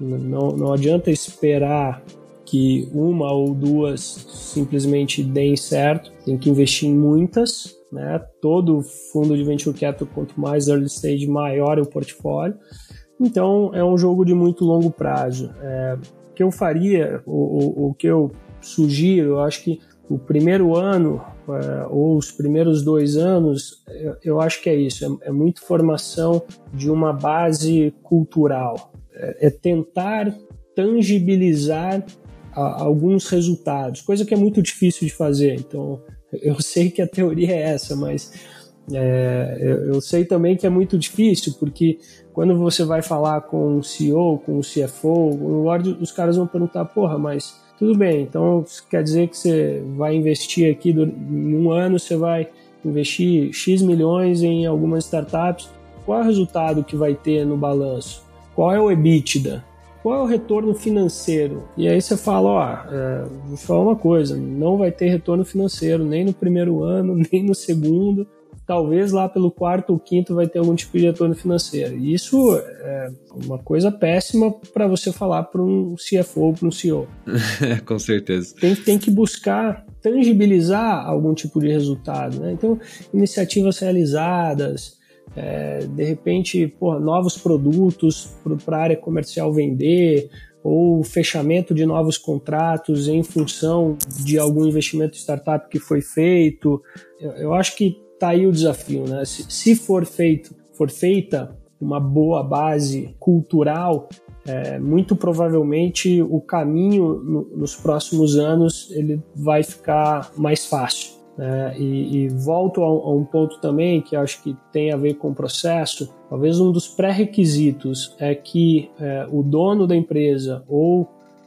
Não adianta esperar que uma ou duas simplesmente deem certo, tem que investir em muitas, né? Todo fundo de venture capital, quanto mais early stage, maior é o portfólio. Então, é um jogo de muito longo prazo. O que eu faria, o que eu sugiro, eu acho que o primeiro ano ou os primeiros 2 anos, eu acho que é isso, é muito formação de uma base cultural. É tentar tangibilizar alguns resultados, coisa que é muito difícil de fazer. Então, eu sei que a teoria é essa, mas eu sei também que é muito difícil, porque quando você vai falar com o CEO, com o CFO, os caras vão perguntar, mas tudo bem, então quer dizer que você vai investir aqui em 1 ano, você vai investir X milhões em algumas startups, qual é o resultado que vai ter no balanço? Qual é o EBITDA? Qual é o retorno financeiro? E aí você fala, vou falar uma coisa, não vai ter retorno financeiro nem no primeiro ano, nem no segundo, talvez lá pelo 4º ou 5º vai ter algum tipo de retorno financeiro. E isso é uma coisa péssima para você falar para um CFO ou para um CEO. Com certeza. Tem que buscar tangibilizar algum tipo de resultado, né? Então, iniciativas realizadas, de repente, novos produtos para a área comercial vender, ou fechamento de novos contratos em função de algum investimento de startup que foi feito. Eu acho que tá aí o desafio, né? Se for feita uma boa base cultural, muito provavelmente o caminho nos próximos anos ele vai ficar mais fácil. E volto a um ponto também que acho que tem a ver com o processo. Talvez um dos pré-requisitos é que o dono da empresa ou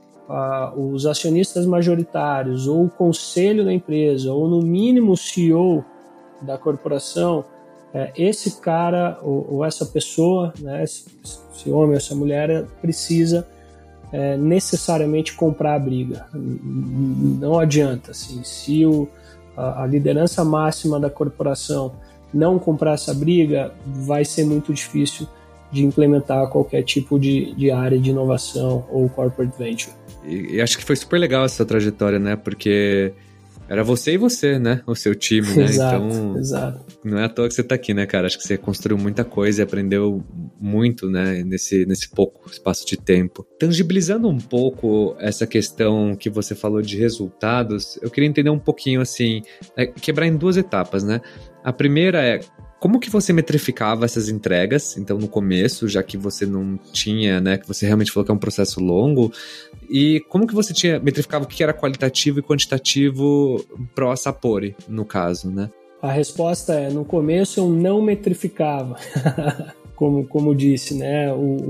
os acionistas majoritários ou o conselho da empresa ou no mínimo o CEO da corporação, esse cara ou essa pessoa, né, esse homem ou essa mulher precisa necessariamente comprar a briga. Não adianta, assim, se a liderança máxima da corporação não comprar essa briga, vai ser muito difícil de implementar qualquer tipo de área de inovação ou corporate venture. E acho que foi super legal essa trajetória, né? Porque Era você e você, né? O seu time, né? Exato. Não é à toa que você tá aqui, né, cara? Acho que você construiu muita coisa e aprendeu muito, né? Nesse pouco espaço de tempo. Tangibilizando um pouco essa questão que você falou de resultados, eu queria entender um pouquinho, assim, quebrar em 2 etapas, né? A primeira é, como que você metrificava essas entregas? Então, no começo, já que você não tinha, né, que você realmente falou que é um processo longo, e como que você metrificava o que era qualitativo e quantitativo pro Asapori, no caso, né? A resposta é, no começo eu não metrificava, como disse, né?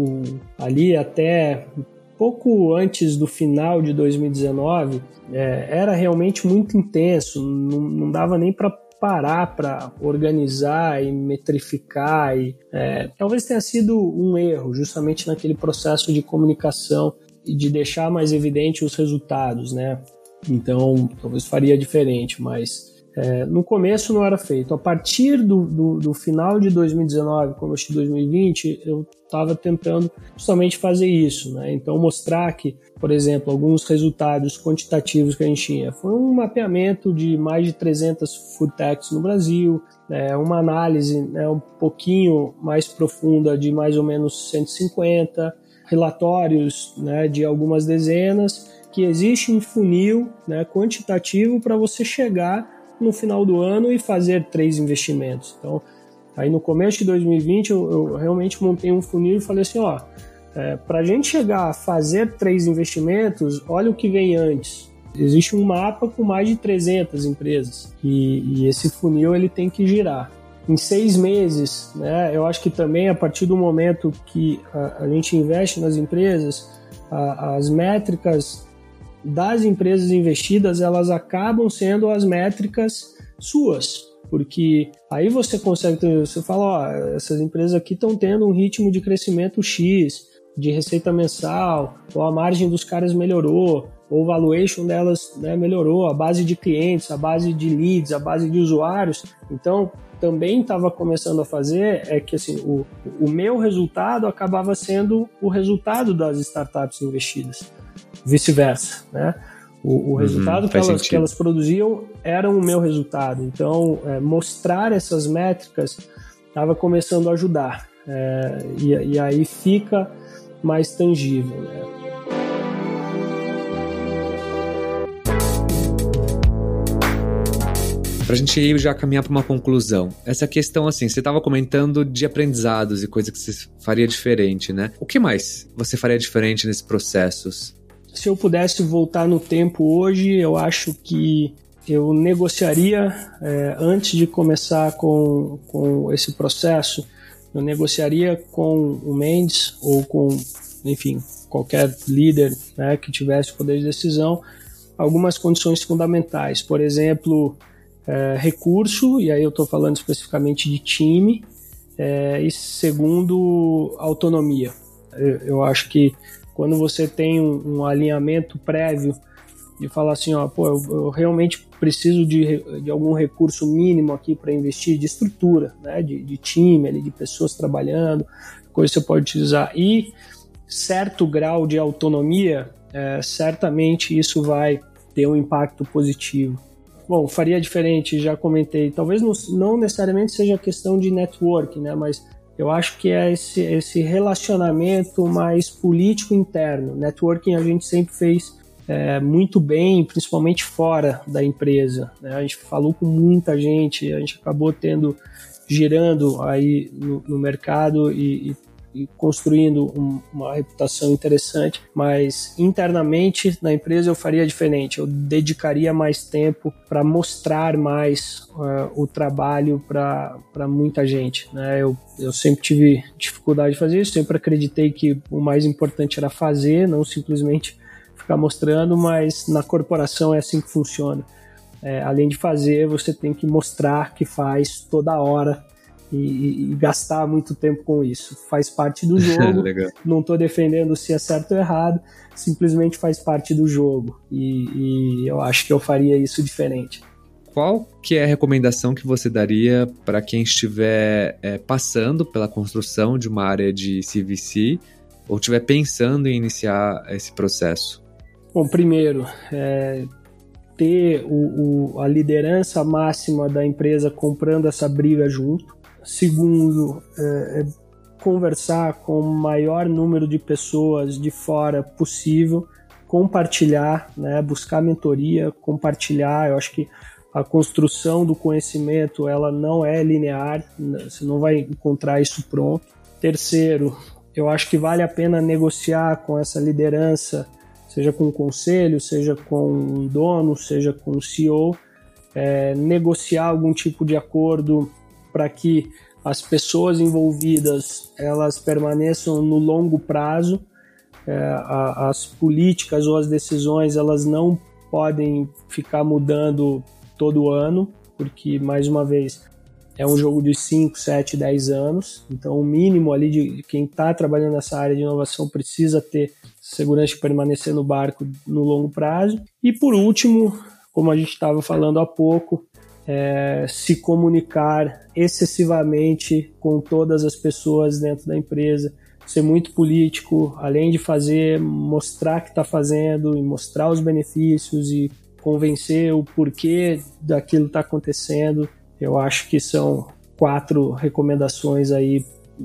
Ali até pouco antes do final de 2019, era realmente muito intenso, não dava nem para parar para organizar e metrificar. Talvez tenha sido um erro, justamente naquele processo de comunicação e de deixar mais evidente os resultados, né? Então, talvez faria diferente, mas no começo não era feito. A partir do final de 2019, começo de 2020, eu estava tentando justamente fazer isso, né? Então, mostrar que, por exemplo, alguns resultados quantitativos que a gente tinha. Foi um mapeamento de mais de 300 food techs no Brasil, uma análise, né, um pouquinho mais profunda de mais ou menos 150 relatórios, né, de algumas dezenas, que existe um funil, né, quantitativo para você chegar no final do ano e fazer 3 investimentos. Então, aí no começo de 2020 eu realmente montei um funil e falei assim, para a gente chegar a fazer 3 investimentos, olha o que vem antes. Existe um mapa com mais de 300 empresas e esse funil ele tem que girar. Em 6 meses, né, eu acho que também a partir do momento que a gente investe nas empresas, as métricas das empresas investidas, elas acabam sendo as métricas suas, porque aí você consegue você fala, essas empresas aqui estão tendo um ritmo de crescimento X, de receita mensal, ou a margem dos caras melhorou, ou o valuation delas, né, melhorou, a base de clientes, a base de leads, a base de usuários. Então, também estava começando a fazer que assim, o meu resultado acabava sendo o resultado das startups investidas, vice-versa, né? O resultado que elas produziam era o meu resultado. Então, mostrar essas métricas estava começando a ajudar. E aí fica mais tangível, né? Pra gente ir já caminhar para uma conclusão. Essa questão, assim, você estava comentando de aprendizados e coisa que você faria diferente, né? O que mais você faria diferente nesses processos? Se eu pudesse voltar no tempo hoje, eu acho que eu negociaria, antes de começar com esse processo, eu negociaria com o Mendes ou com, enfim, qualquer líder, né, que tivesse poder de decisão, algumas condições fundamentais. Por exemplo, recurso, e aí eu estou falando especificamente de time, e segundo, autonomia. Eu acho que quando você tem um alinhamento prévio de falar assim, eu realmente preciso de algum recurso mínimo aqui para investir, de estrutura, né, de time, ali, de pessoas trabalhando, coisa que você pode utilizar, e certo grau de autonomia, certamente isso vai ter um impacto positivo. Bom, faria diferente, já comentei, talvez não necessariamente seja questão de network, né, mas eu acho que é esse relacionamento mais político interno. Networking a gente sempre fez muito bem, principalmente fora da empresa, né? A gente falou com muita gente, a gente acabou girando aí no mercado e construindo uma reputação interessante, mas internamente na empresa eu faria diferente, eu dedicaria mais tempo para mostrar mais o trabalho para muita gente, né? Eu sempre tive dificuldade de fazer isso, sempre acreditei que o mais importante era fazer, não simplesmente ficar mostrando, mas na corporação é assim que funciona. Além de fazer, você tem que mostrar que faz toda hora e gastar muito tempo com isso. Faz parte do jogo, não estou defendendo se é certo ou errado, simplesmente faz parte do jogo e eu acho que eu faria isso diferente. Qual que é a recomendação que você daria para quem estiver passando pela construção de uma área de CVC ou estiver pensando em iniciar esse processo? Bom, primeiro, ter a liderança máxima da empresa comprando essa briga junto. Segundo, conversar com o maior número de pessoas de fora possível, compartilhar, né, buscar mentoria, compartilhar. Eu acho que a construção do conhecimento ela não é linear, você não vai encontrar isso pronto. Terceiro, eu acho que vale a pena negociar com essa liderança, seja com o conselho, seja com o dono, seja com o CEO, negociar algum tipo de acordo para que as pessoas envolvidas elas permaneçam no longo prazo. As políticas ou as decisões elas não podem ficar mudando todo ano, porque, mais uma vez, é um jogo de 5, 7, 10 anos, então o mínimo ali de quem está trabalhando nessa área de inovação precisa ter segurança de permanecer no barco no longo prazo. E por último, como a gente estava falando há pouco, se comunicar excessivamente com todas as pessoas dentro da empresa, ser muito político, além de mostrar que está fazendo e mostrar os benefícios e convencer o porquê daquilo está acontecendo. Eu acho que são 4 recomendações aí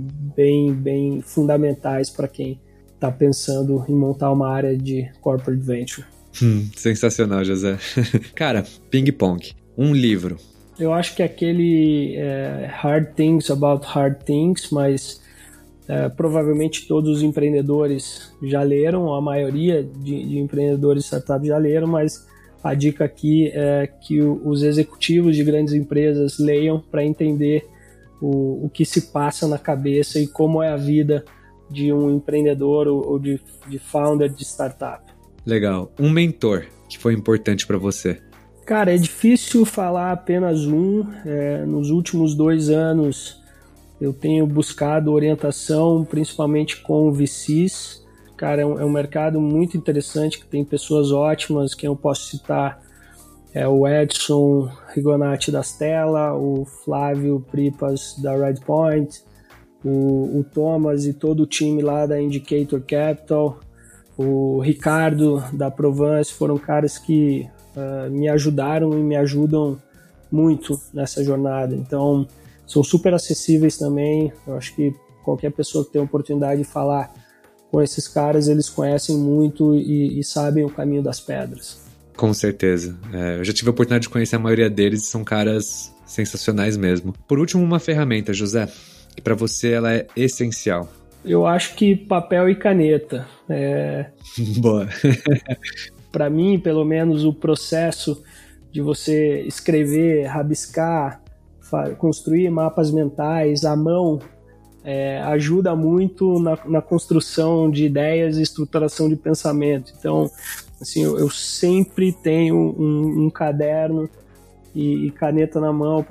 bem fundamentais para quem está pensando em montar uma área de corporate venture. Sensacional, José. Cara, ping-pong. Um livro. Eu acho que aquele Hard Things About Hard Things, mas provavelmente todos os empreendedores já leram, a maioria de empreendedores startups já leram, mas a dica aqui é que os executivos de grandes empresas leiam para entender o que se passa na cabeça e como é a vida de um empreendedor ou de founder de startup. Legal. Um mentor que foi importante para você? Cara, é difícil falar apenas um. Nos últimos 2 anos eu tenho buscado orientação principalmente com VCs. Cara, é um mercado muito interessante, que tem pessoas ótimas, que eu posso citar o Edson Rigonati da Stella, o Flávio Pripas da Redpoint, o Thomas e todo o time lá da Indicator Capital, o Ricardo da Provence, foram caras que me ajudaram e me ajudam muito nessa jornada. Então, são super acessíveis também. Eu acho que qualquer pessoa que tem a oportunidade de falar com esses caras, eles conhecem muito e sabem o caminho das pedras. Com certeza. Eu já tive a oportunidade de conhecer a maioria deles e são caras sensacionais mesmo. Por último, uma ferramenta, José, que para você ela é essencial. Eu acho que papel e caneta. Boa. Para mim, pelo menos, o processo de você escrever, rabiscar, construir mapas mentais à mão, ajuda muito na construção de ideias e estruturação de pensamento. Então, assim, eu sempre tenho um caderno e caneta na mão.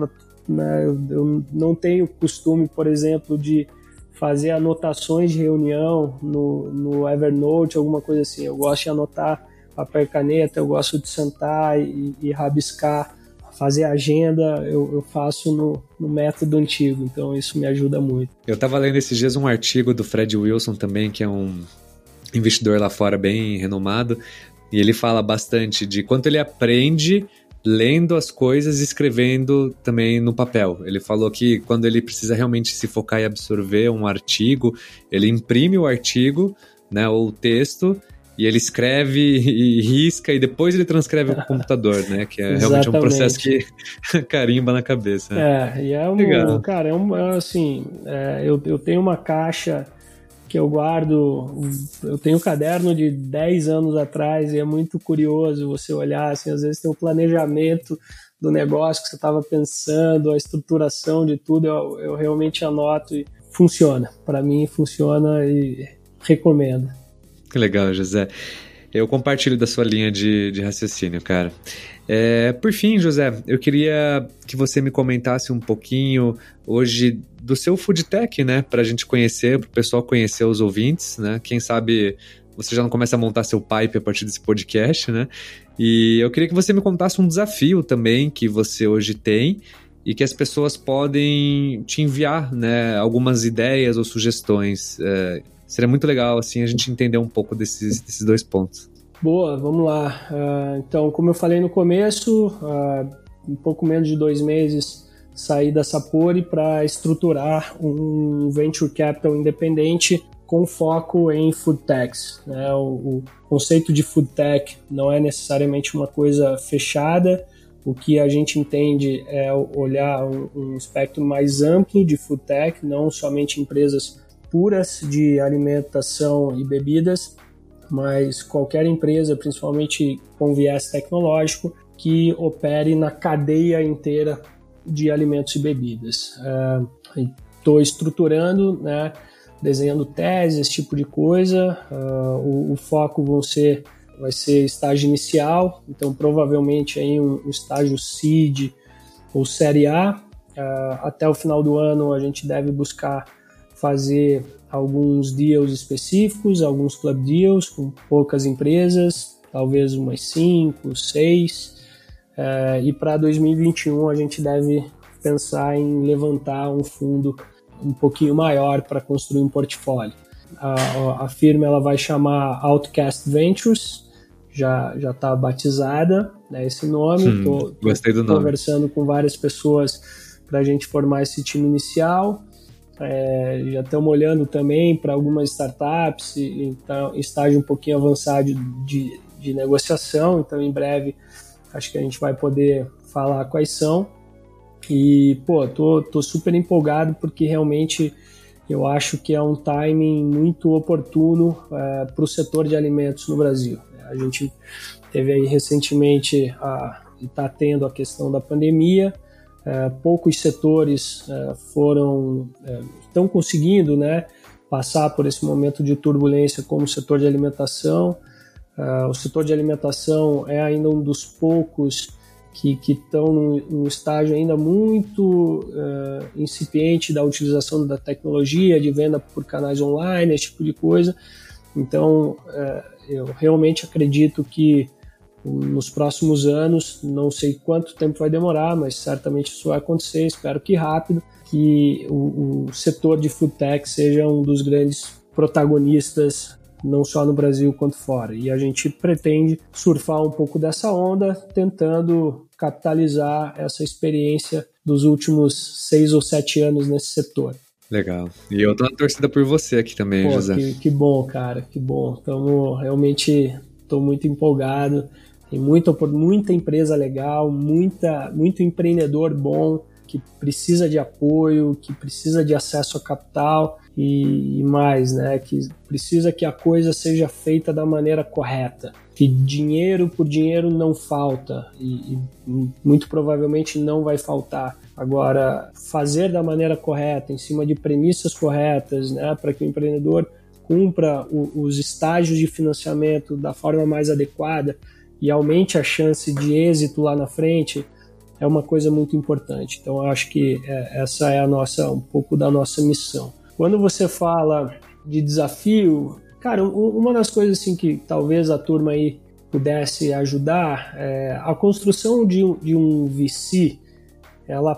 Eu não tenho costume, por exemplo, de fazer anotações de reunião no Evernote, alguma coisa assim. Eu gosto de anotar papel e caneta, eu gosto de sentar e rabiscar, fazer agenda, eu faço no método antigo, então isso me ajuda muito. Eu estava lendo esses dias um artigo do Fred Wilson também, que é um investidor lá fora bem renomado, e ele fala bastante de quanto ele aprende lendo as coisas e escrevendo também no papel. Ele falou que quando ele precisa realmente se focar e absorver um artigo, ele imprime o artigo, né, ou o texto, e ele escreve e risca, e depois ele transcreve para o computador, né? Que é realmente um processo que carimba na cabeça. Eu tenho uma caixa que eu guardo, eu tenho um caderno de 10 anos atrás, e é muito curioso você olhar, assim, às vezes tem um planejamento do negócio que você estava pensando, a estruturação de tudo, eu realmente anoto e funciona. Para mim, funciona e recomendo. Que legal, José. Eu compartilho da sua linha de raciocínio, cara. Por fim, José, eu queria que você me comentasse um pouquinho hoje do seu foodtech, né? Pra gente conhecer, pro pessoal conhecer os ouvintes, né? Quem sabe você já não começa a montar seu pipe a partir desse podcast, né? E eu queria que você me contasse um desafio também que você hoje tem e que as pessoas podem te enviar, né? Algumas ideias ou sugestões. Seria muito legal, assim, a gente entender um pouco desses 2 pontos. Boa, vamos lá. Então, como eu falei no começo, um pouco menos de 2 meses saí da Sapori para estruturar um venture capital independente com foco em food techs, né? O conceito de food tech não é necessariamente uma coisa fechada. O que a gente entende é olhar um espectro mais amplo de food tech, não somente empresas puras de alimentação e bebidas, mas qualquer empresa, principalmente com viés tecnológico, que opere na cadeia inteira de alimentos e bebidas. Estou estruturando, né, desenhando teses, esse tipo de coisa. O foco vai ser estágio inicial, então provavelmente aí um estágio seed ou série A. Até o final do ano a gente deve buscar fazer alguns deals específicos, alguns club deals com poucas empresas, talvez umas 5, 6. E para 2021 a gente deve pensar em levantar um fundo um pouquinho maior para construir um portfólio. A firma ela vai chamar Outcast Ventures, já está batizada, né, esse nome. Gostei do nome. Conversando com várias pessoas para a gente formar esse time inicial. Já estamos olhando também para algumas startups, então, estágio um pouquinho avançado de negociação, então em breve acho que a gente vai poder falar quais são. E, tô super empolgado porque realmente eu acho que é um timing muito oportuno para o setor de alimentos no Brasil. A gente teve aí recentemente e está tendo a questão da pandemia. Poucos setores estão conseguindo, né, passar por esse momento de turbulência como o setor de alimentação. O setor de alimentação é ainda um dos poucos que estão num estágio ainda muito incipiente da utilização da tecnologia, de venda por canais online, esse tipo de coisa. Então, eu realmente acredito que nos próximos anos, não sei quanto tempo vai demorar, mas certamente isso vai acontecer, espero que rápido, que o setor de food tech seja um dos grandes protagonistas, não só no Brasil quanto fora. E a gente pretende surfar um pouco dessa onda, tentando capitalizar essa experiência dos últimos 6 ou 7 anos nesse setor. Legal. E eu tô na torcida por você aqui também, José. Que bom, cara, que bom. Estou muito empolgado. Tem muita empresa legal, muito empreendedor bom que precisa de apoio, que precisa de acesso a capital e mais, né? Que precisa que a coisa seja feita da maneira correta. Que dinheiro por dinheiro não falta e muito provavelmente não vai faltar. Agora, fazer da maneira correta, em cima de premissas corretas, né? Para que o empreendedor cumpra os estágios de financiamento da forma mais adequada e aumente a chance de êxito lá na frente, é uma coisa muito importante. Então, eu acho que essa é um pouco da nossa missão. Quando você fala de desafio, cara, uma das coisas assim, que talvez a turma aí pudesse ajudar, a construção de um VC, ela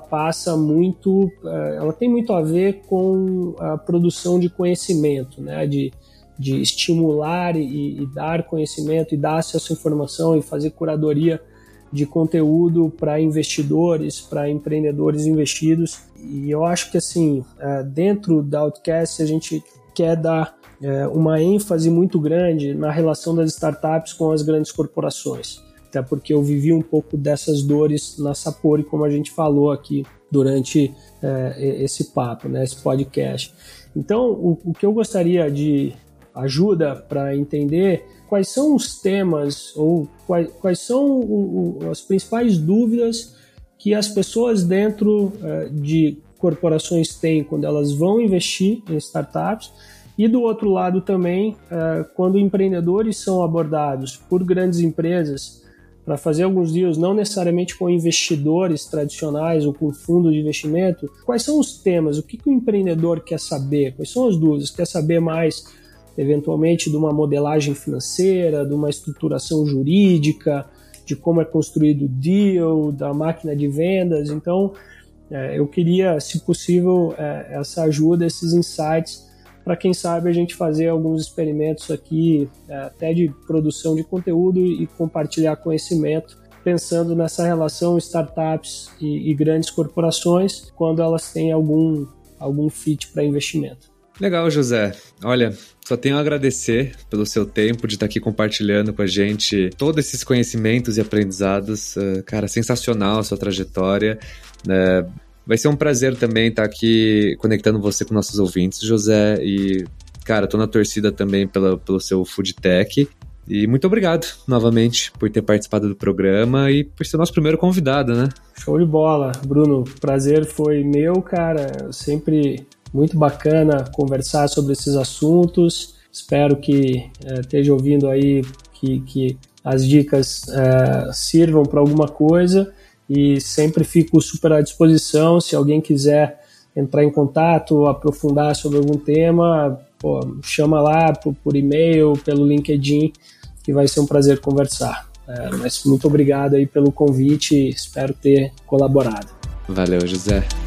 tem muito a ver com a produção de conhecimento, né? De estimular e dar conhecimento e dar acesso à informação e fazer curadoria de conteúdo para investidores, para empreendedores investidos. E eu acho que assim, dentro da Outcast a gente quer dar uma ênfase muito grande na relação das startups com as grandes corporações. Até porque eu vivi um pouco dessas dores na Sapori, como a gente falou aqui durante esse papo, né, esse podcast. Então, o que eu gostaria de ajuda para entender quais são os temas ou quais são as principais dúvidas que as pessoas dentro de corporações têm quando elas vão investir em startups, e do outro lado também, quando empreendedores são abordados por grandes empresas para fazer alguns deals, não necessariamente com investidores tradicionais ou com fundos de investimento, quais são os temas, o que o empreendedor quer saber, quais são as dúvidas, quer saber mais eventualmente de uma modelagem financeira, de uma estruturação jurídica, de como é construído o deal, da máquina de vendas. Então, eu queria, se possível, essa ajuda, esses insights para quem sabe a gente fazer alguns experimentos aqui, até de produção de conteúdo e compartilhar conhecimento, pensando nessa relação startups e grandes corporações, quando elas têm algum fit para investimento. Legal, José. Olha, só tenho a agradecer pelo seu tempo de estar aqui compartilhando com a gente todos esses conhecimentos e aprendizados. Cara, sensacional a sua trajetória. Vai ser um prazer também estar aqui conectando você com nossos ouvintes, José. E, cara, tô na torcida também pelo seu Food Tech. E muito obrigado novamente por ter participado do programa e por ser nosso primeiro convidado, né? Show de bola, Bruno. O prazer foi meu, cara. Sempre muito bacana conversar sobre esses assuntos. Espero que esteja ouvindo aí que as dicas sirvam para alguma coisa. E sempre fico super à disposição. Se alguém quiser entrar em contato, aprofundar sobre algum tema, chama lá por e-mail, pelo LinkedIn, que vai ser um prazer conversar. Mas muito obrigado aí pelo convite, espero ter colaborado. Valeu, José.